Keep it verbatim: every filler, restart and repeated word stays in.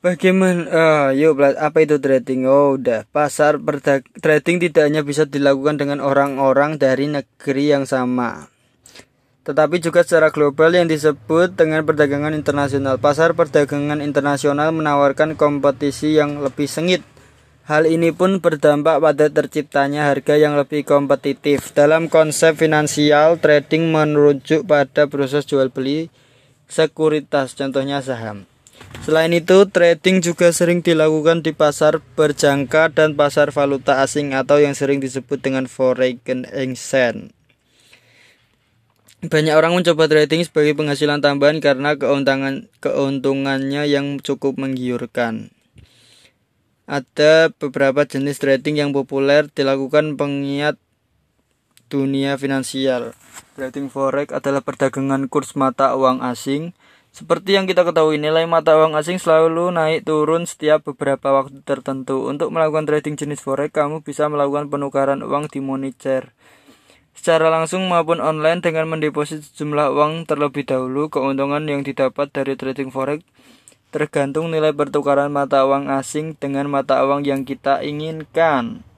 Bagaimana? Ah, yuk, Blas. Apa itu trading? Oh, udah. Pasar perdag- trading tidak hanya bisa dilakukan dengan orang-orang dari negeri yang sama, tetapi juga secara global yang disebut dengan perdagangan internasional. Pasar perdagangan internasional menawarkan kompetisi yang lebih sengit. Hal ini pun berdampak pada terciptanya harga yang lebih kompetitif. Dalam konsep finansial, trading merujuk pada proses jual beli sekuritas, contohnya saham. Selain itu, trading juga sering dilakukan di pasar berjangka dan pasar valuta asing atau yang sering disebut dengan foreign exchange. Banyak orang mencoba trading sebagai penghasilan tambahan karena keuntungan keuntungannya yang cukup menggiurkan. Ada beberapa jenis trading yang populer dilakukan pengiat dunia finansial. Trading forex adalah perdagangan kurs mata uang asing. Seperti yang kita ketahui, nilai mata uang asing selalu naik turun setiap beberapa waktu tertentu. Untuk melakukan trading jenis forex, kamu bisa melakukan penukaran uang di moneter secara langsung maupun online dengan mendeposit sejumlah uang terlebih dahulu. Keuntungan yang didapat dari trading forex tergantung nilai pertukaran mata uang asing dengan mata uang yang kita inginkan.